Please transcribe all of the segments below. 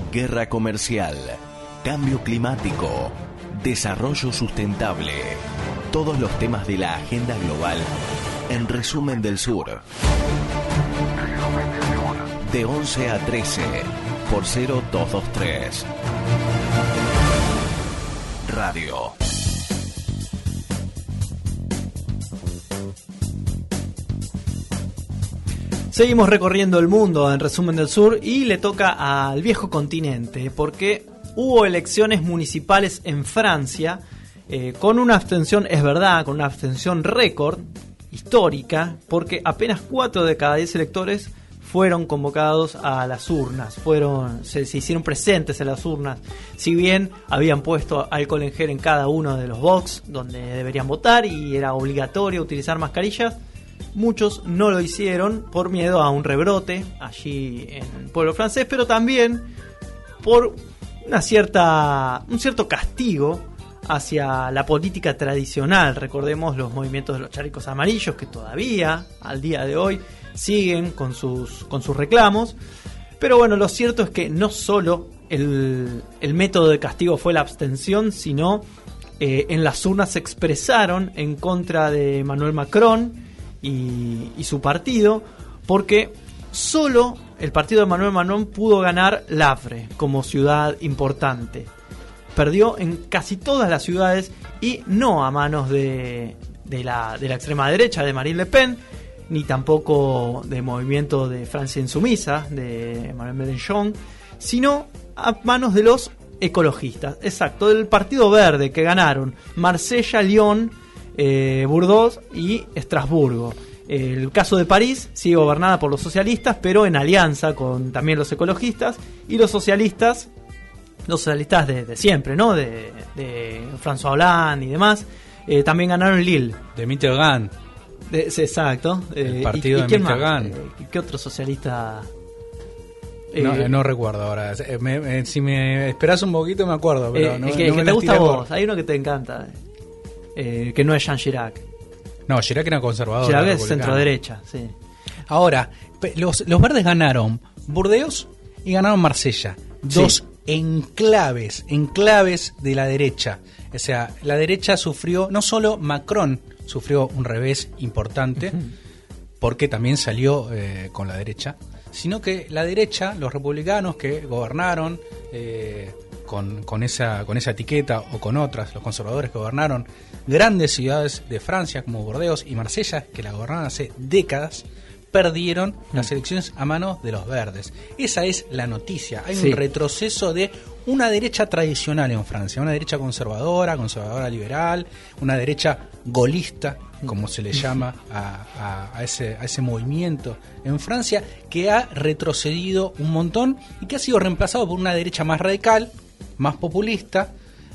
guerra comercial, cambio climático, desarrollo sustentable. Todos los temas de la agenda global en Resumen del Sur. De 11 a 13 por 0223. Radio. Seguimos recorriendo el mundo en Resumen del Sur y le toca al viejo continente porque hubo elecciones municipales en Francia con una abstención, es verdad, con una abstención récord histórica, porque apenas 4 de cada 10 electores fueron convocados a las urnas, se hicieron presentes en las urnas. Si bien habían puesto alcohol en gel en cada uno de los box donde deberían votar y era obligatorio utilizar mascarillas, muchos no lo hicieron por miedo a un rebrote allí en el pueblo francés, pero también por un cierto castigo hacia la política tradicional. Recordemos los movimientos de los chalecos amarillos que todavía al día de hoy siguen con sus reclamos. Pero bueno, lo cierto es que no solo el método de castigo fue la abstención, sino en las urnas se expresaron en contra de Emmanuel Macron y su partido, porque solo el partido de Emmanuel Macron pudo ganar Le Havre como ciudad importante. Perdió en casi todas las ciudades y no a manos de la extrema derecha de Marine Le Pen, ni tampoco del movimiento de Francia Insumisa de Emmanuel Mélenchon, sino a manos de los ecologistas. Exacto, del Partido Verde, que ganaron Marsella, Lyon, Burdeos y Estrasburgo. El caso de París sigue gobernada por los socialistas, pero en alianza con también los ecologistas y los socialistas de siempre, ¿no? De François Hollande y demás. También ganaron Lille. De Mitterrand. Sí, exacto. El partido de Mitterrand. ¿Qué otro socialista? No recuerdo ahora. Si me esperás un poquito me acuerdo, pero no, el que me te gusta a vos. por... Hay uno que te encanta, que no es Jean Chirac. No, Chirac era conservador. Chirac es centro-derecha, sí. Ahora, los verdes ganaron Burdeos y ganaron Marsella. Dos enclaves de la derecha. O sea, la derecha sufrió, no solo Macron sufrió un revés importante, porque también salió con la derecha, sino que la derecha, los republicanos que gobernaron con esa etiqueta o con otras, los conservadores que gobernaron grandes ciudades de Francia como Burdeos y Marsella, que la gobernaron hace décadas, perdieron las elecciones a manos de los verdes. Esa es la noticia. Hay un retroceso de una derecha tradicional en Francia, una derecha conservadora liberal, una derecha golista, como se le llama a ese movimiento en Francia, que ha retrocedido un montón y que ha sido reemplazado por una derecha más radical, más populista,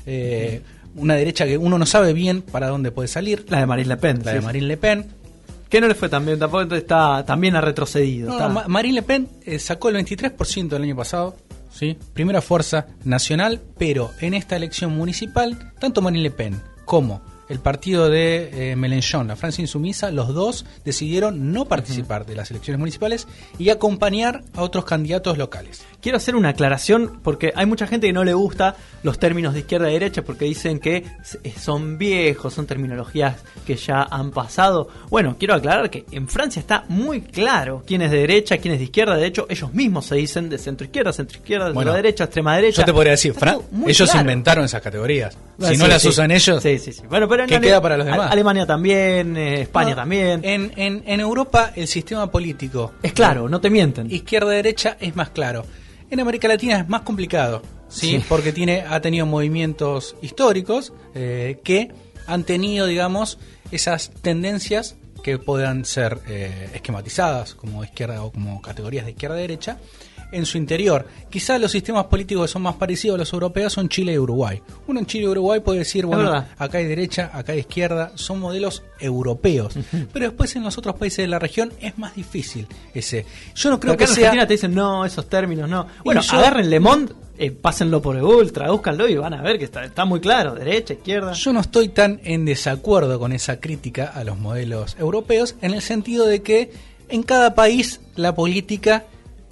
una derecha que uno no sabe bien para dónde puede salir. La de Marine Le Pen. Marine Le Pen. Que no le fue tan bien, tampoco también ha retrocedido. Marine Le Pen sacó el 23% el año pasado, ¿sí? Primera fuerza nacional, pero en esta elección municipal, tanto Marine Le Pen como el partido de Mélenchon, la Francia Insumisa, los dos decidieron no participar de las elecciones municipales y acompañar a otros candidatos locales. Quiero hacer una aclaración porque hay mucha gente que no le gusta los términos de izquierda y derecha porque dicen que son viejos, son terminologías que ya han pasado. Bueno, quiero aclarar que en Francia está muy claro quién es de derecha, quién es de izquierda. De hecho, ellos mismos se dicen de centro-izquierda, bueno, derecha, extrema derecha. Yo te podría decir, ellos inventaron esas categorías. Si no las usan ellos, bueno, pero ¿qué queda para los demás? Alemania también, España también. En Europa el sistema político es claro, no te mienten. Izquierda-derecha es más claro. En América Latina es más complicado, ¿sí? Porque ha tenido movimientos históricos que han tenido, digamos, esas tendencias que puedan ser esquematizadas como izquierda o como categorías de izquierda-derecha en su interior. Quizás los sistemas políticos que son más parecidos a los europeos son Chile y Uruguay. Uno en Chile y Uruguay puede decir, bueno, acá hay derecha, acá hay izquierda, son modelos europeos. Pero después en los otros países de la región es más difícil ese. Yo no creo que en Argentina te dicen, no, esos términos no. Bueno, agarren Le Monde, pásenlo por Google, tradúzcanlo y van a ver que está muy claro, derecha, izquierda. Yo no estoy tan en desacuerdo con esa crítica a los modelos europeos, en el sentido de que en cada país la política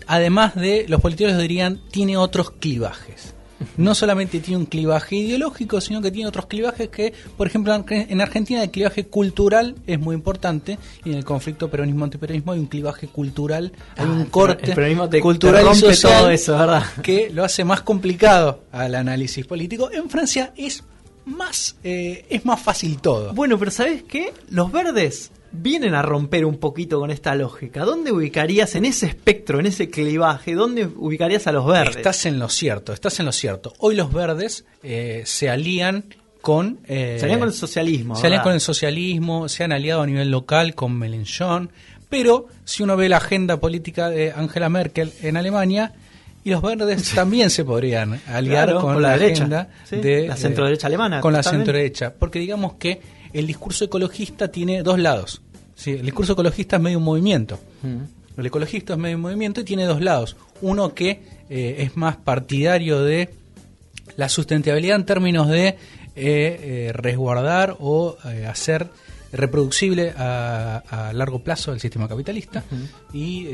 además de, los politólogos dirían, tiene otros clivajes. No solamente tiene un clivaje ideológico, sino que tiene otros clivajes que, por ejemplo, en Argentina el clivaje cultural es muy importante, y en el conflicto peronismo-antiperonismo hay un clivaje cultural, hay un corte cultural y social todo eso, ¿verdad? Que lo hace más complicado al análisis político. En Francia es más fácil todo. Bueno, pero ¿sabes qué? Los verdes vienen a romper un poquito con esta lógica. ¿Dónde ubicarías en ese espectro, en ese clivaje, dónde ubicarías a los verdes? Estás en lo cierto. Hoy los verdes se alían con... se alían con el socialismo. Se alían con el socialismo, se han aliado a nivel local con Mélenchon, pero si uno ve la agenda política de Angela Merkel en Alemania, y los verdes también se podrían aliar, claro, con la agenda de la centroderecha alemana. Con la centroderecha, porque digamos que el discurso ecologista tiene dos lados. ¿Sí? El discurso ecologista es medio un movimiento. El ecologista es medio un movimiento y tiene dos lados. Uno que es más partidario de la sustentabilidad en términos de resguardar o hacer reproducible a largo plazo el sistema capitalista y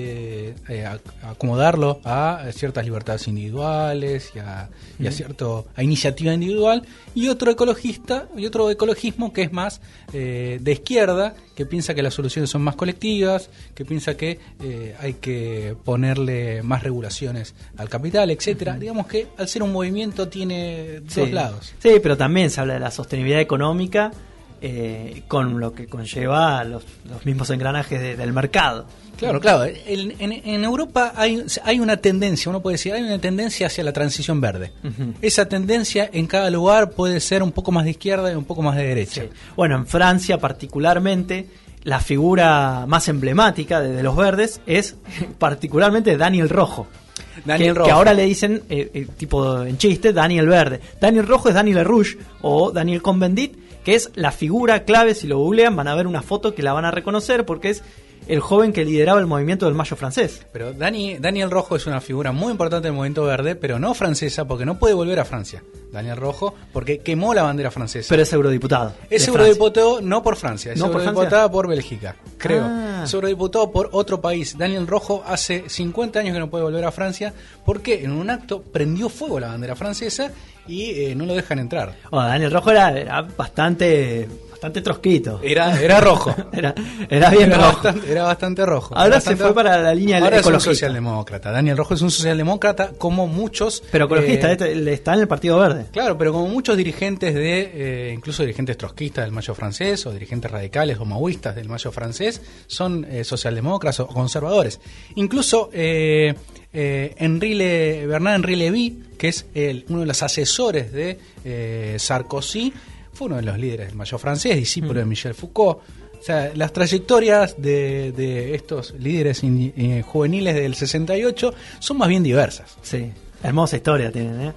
acomodarlo a ciertas libertades individuales y a iniciativa individual, y otro ecologismo que es más de izquierda, que piensa que las soluciones son más colectivas, que piensa que hay que ponerle más regulaciones al capital, etcétera. Digamos que al ser un movimiento tiene dos lados. Sí, pero también se habla de la sostenibilidad económica, con lo que conlleva los mismos engranajes del mercado. Claro. En Europa hay una tendencia, uno puede decir, hay una tendencia hacia la transición verde. Esa tendencia en cada lugar puede ser un poco más de izquierda y un poco más de derecha. Sí. Bueno, en Francia particularmente, la figura más emblemática de los verdes es particularmente Daniel Rojo. Que ahora le dicen, tipo en chiste, Daniel Verde. Daniel Rojo es Daniel Rouge o Daniel Cohn-Bendit, que es la figura clave. Si lo googlean van a ver una foto que la van a reconocer, porque es el joven que lideraba el movimiento del Mayo francés. Pero Daniel Rojo es una figura muy importante del movimiento verde, pero no francesa, porque no puede volver a Francia. Daniel Rojo, porque quemó la bandera francesa. Pero es eurodiputado. Es eurodiputado no por Francia, es eurodiputado por Bélgica, creo. Es eurodiputado por otro país. Daniel Rojo hace 50 años que no puede volver a Francia, porque en un acto prendió fuego la bandera francesa y no lo dejan entrar. Daniel Rojo era bastante trotskito. Era rojo. era bien rojo. Era bastante rojo. Ahora se fue para la línea ecologista. Ahora es un socialdemócrata. Daniel Rojo es un socialdemócrata, como muchos... Pero ecologista, está en el Partido Verde. Claro, pero como muchos dirigentes incluso dirigentes trotskistas del Mayo francés, o dirigentes radicales o maoístas del Mayo francés, son socialdemócratas o conservadores. Incluso Bernard-Henri Lévy, que es uno de los asesores de Sarkozy, fue uno de los líderes del Mayo francés, discípulo de Michel Foucault. O sea, las trayectorias de estos líderes juveniles del 68 son más bien diversas. Sí, hermosa historia tienen,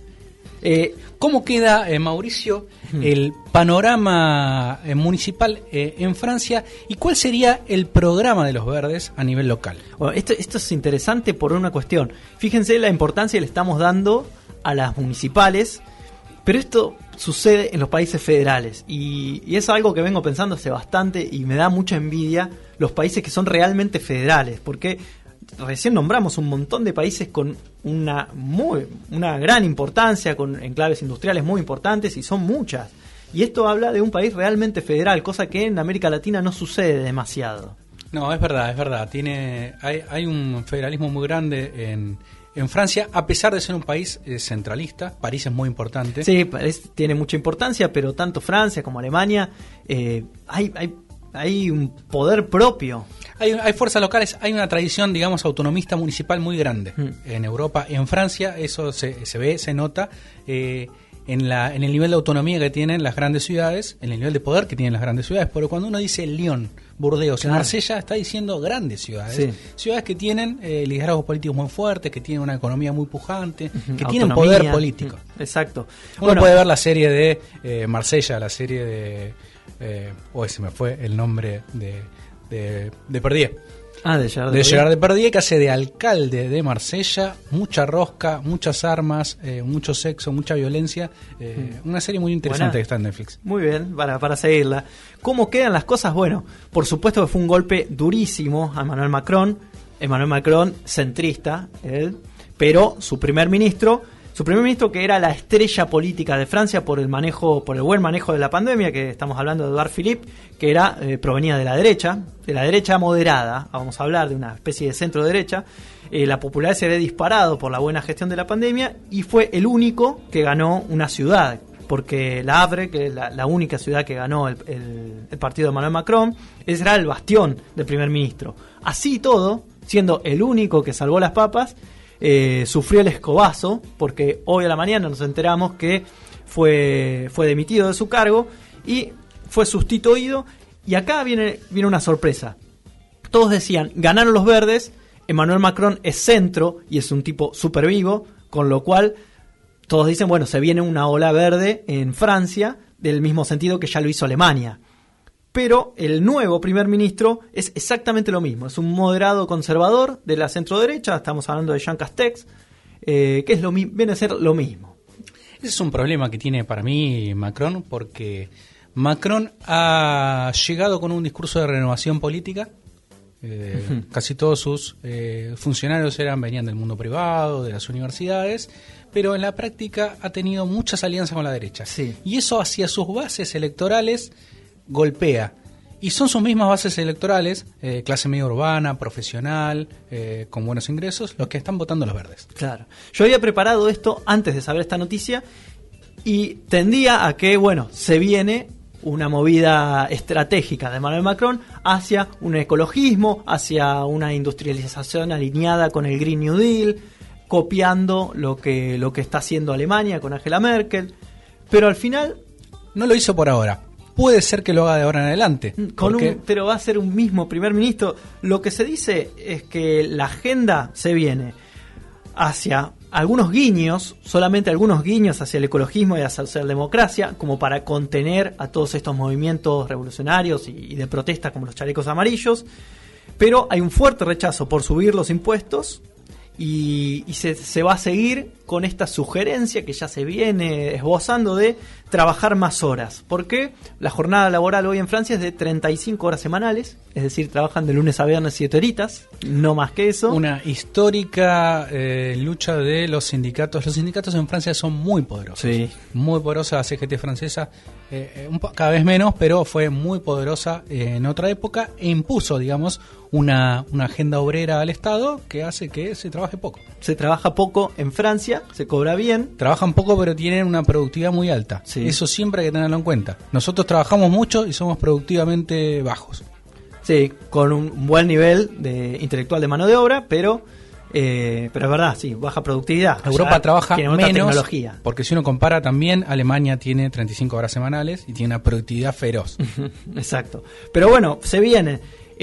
¿Cómo queda, Mauricio, el panorama municipal en Francia, y cuál sería el programa de los verdes a nivel local? Bueno, esto es interesante por una cuestión. Fíjense la importancia que le estamos dando a las municipales, pero esto sucede en los países federales y es algo que vengo pensando hace bastante, y me da mucha envidia los países que son realmente federales, porque recién nombramos un montón de países con una gran importancia, con enclaves industriales muy importantes, y son muchas. Y esto habla de un país realmente federal, cosa que en América Latina no sucede demasiado. No, es verdad. Hay un federalismo muy grande en Francia, a pesar de ser un país centralista. París es muy importante. Sí, tiene mucha importancia, pero tanto Francia como Alemania hay un poder propio. Hay fuerzas locales, hay una tradición, digamos, autonomista municipal muy grande en Europa. En Francia eso se ve, se nota en el nivel de autonomía que tienen las grandes ciudades, en el nivel de poder que tienen las grandes ciudades. Pero cuando uno dice Lyon, Burdeos, claro, Marsella, está diciendo grandes ciudades. Sí. Ciudades que tienen liderazgos políticos muy fuertes, que tienen una economía muy pujante, que tienen poder político. Exacto. Uno puede ver la serie de Marsella, la serie de... se me fue el nombre de Depardieu. De Gerard Depardieu, que hace de alcalde de Marsella. Mucha rosca, muchas armas, mucho sexo, mucha violencia. Una serie muy interesante que está en Netflix. Muy bien, para seguirla. ¿Cómo quedan las cosas? Bueno, por supuesto que fue un golpe durísimo a Emmanuel Macron, Emmanuel Macron, centrista, él, pero su primer ministro que era la estrella política de Francia por el buen manejo de la pandemia, que estamos hablando de Edouard Philippe, que era provenía de la derecha moderada, vamos a hablar de una especie de centro derecha. La popularidad se había disparado por la buena gestión de la pandemia y fue el único que ganó una ciudad, porque La Havre, que es la única ciudad que ganó el partido de Emmanuel Macron, ese era el bastión del primer ministro. Así todo, siendo el único que salvó las papas, sufrió el escobazo, porque hoy a la mañana nos enteramos que fue dimitido de su cargo y fue sustituido. Y acá viene una sorpresa. Todos decían, ganaron los verdes, Emmanuel Macron es centro y es un tipo súper vivo, con lo cual todos dicen, bueno, se viene una ola verde en Francia, del mismo sentido que ya lo hizo Alemania. Pero el nuevo primer ministro es exactamente lo mismo. Es un moderado conservador de la centro-derecha, estamos hablando de Jean Castex, que viene a ser lo mismo. Ese es un problema que tiene para mí Macron, porque Macron ha llegado con un discurso de renovación política. Casi todos sus funcionarios venían del mundo privado, de las universidades, pero en la práctica ha tenido muchas alianzas con la derecha. Sí. Y eso hacia sus bases electorales golpea. Y son sus mismas bases electorales, clase media urbana, profesional, con buenos ingresos, los que están votando los verdes. Claro. Yo había preparado esto antes de saber esta noticia y tendía a que, bueno, se viene una movida estratégica de Emmanuel Macron hacia un ecologismo, hacia una industrialización alineada con el Green New Deal, copiando lo que está haciendo Alemania con Angela Merkel, pero al final no lo hizo por ahora. Puede ser que lo haga de ahora en adelante. Pero va a ser un mismo primer ministro. Lo que se dice es que la agenda se viene hacia algunos guiños, solamente algunos guiños hacia el ecologismo y hacia la socialdemocracia, como para contener a todos estos movimientos revolucionarios y de protesta como los chalecos amarillos. Pero hay un fuerte rechazo por subir los impuestos y se va a seguir con esta sugerencia que ya se viene esbozando de trabajar más horas, porque la jornada laboral hoy en Francia es de 35 horas semanales, es decir, trabajan de lunes a viernes 7 horitas, no más que eso. Una histórica lucha de los sindicatos. Los sindicatos en Francia son muy poderosos, sí. Muy poderosa la CGT francesa, cada vez menos, pero fue muy poderosa en otra época e impuso, digamos, una agenda obrera al Estado que hace que se trabaje poco. Se trabaja poco en Francia, se cobra bien. Trabajan poco, pero tienen una productividad muy alta. Sí. Eso siempre hay que tenerlo en cuenta. Nosotros trabajamos mucho y somos productivamente bajos. Sí, con un buen nivel intelectual de mano de obra, pero es verdad, sí, baja productividad. Europa trabaja menos tecnología. Porque si uno compara también, Alemania tiene 35 horas semanales y tiene una productividad feroz. Exacto. Pero bueno, se vienen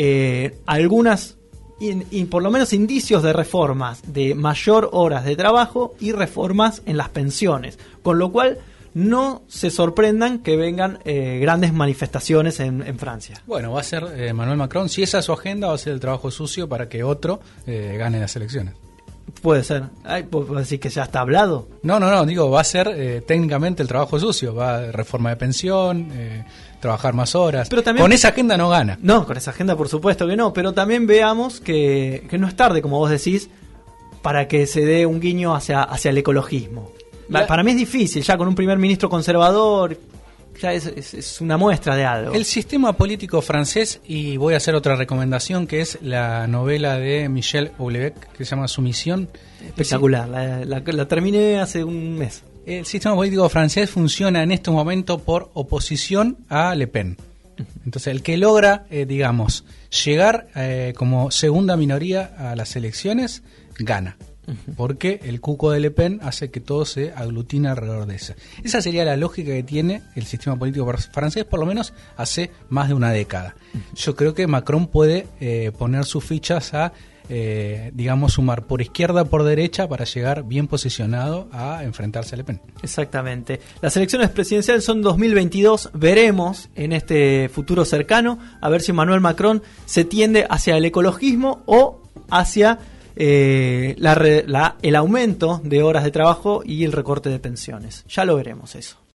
algunas y por lo menos indicios de reformas de mayor horas de trabajo y reformas en las pensiones, con lo cual no se sorprendan que vengan grandes manifestaciones en Francia. Bueno, va a ser Emmanuel Macron, si esa es su agenda, va a ser el trabajo sucio para que otro gane las elecciones. Puede ser. ¿Puedo decir que ya está hablado? No, digo, va a ser técnicamente el trabajo sucio, va a reforma de pensión, trabajar más horas. Pero también, con esa agenda no gana. No, con esa agenda por supuesto que no, pero también veamos que no es tarde, como vos decís, para que se dé un guiño hacia el ecologismo. Para mí es difícil, ya con un primer ministro conservador, ya es una muestra de algo. El sistema político francés, y voy a hacer otra recomendación, que es la novela de Michel Houellebecq, que se llama Sumisión. Espectacular, la terminé hace un mes. El sistema político francés funciona en este momento por oposición a Le Pen. Entonces, el que logra, llegar como segunda minoría a las elecciones, gana. Porque el cuco de Le Pen hace que todo se aglutine alrededor de esa. Esa sería la lógica que tiene el sistema político francés, por lo menos hace más de una década. Yo creo que Macron puede poner sus fichas a, sumar por izquierda, por derecha, para llegar bien posicionado a enfrentarse a Le Pen. Exactamente. Las elecciones presidenciales son 2022. Veremos en este futuro cercano a ver si Emmanuel Macron se tiende hacia el ecologismo o hacia el aumento de horas de trabajo y el recorte de pensiones. Ya lo veremos eso.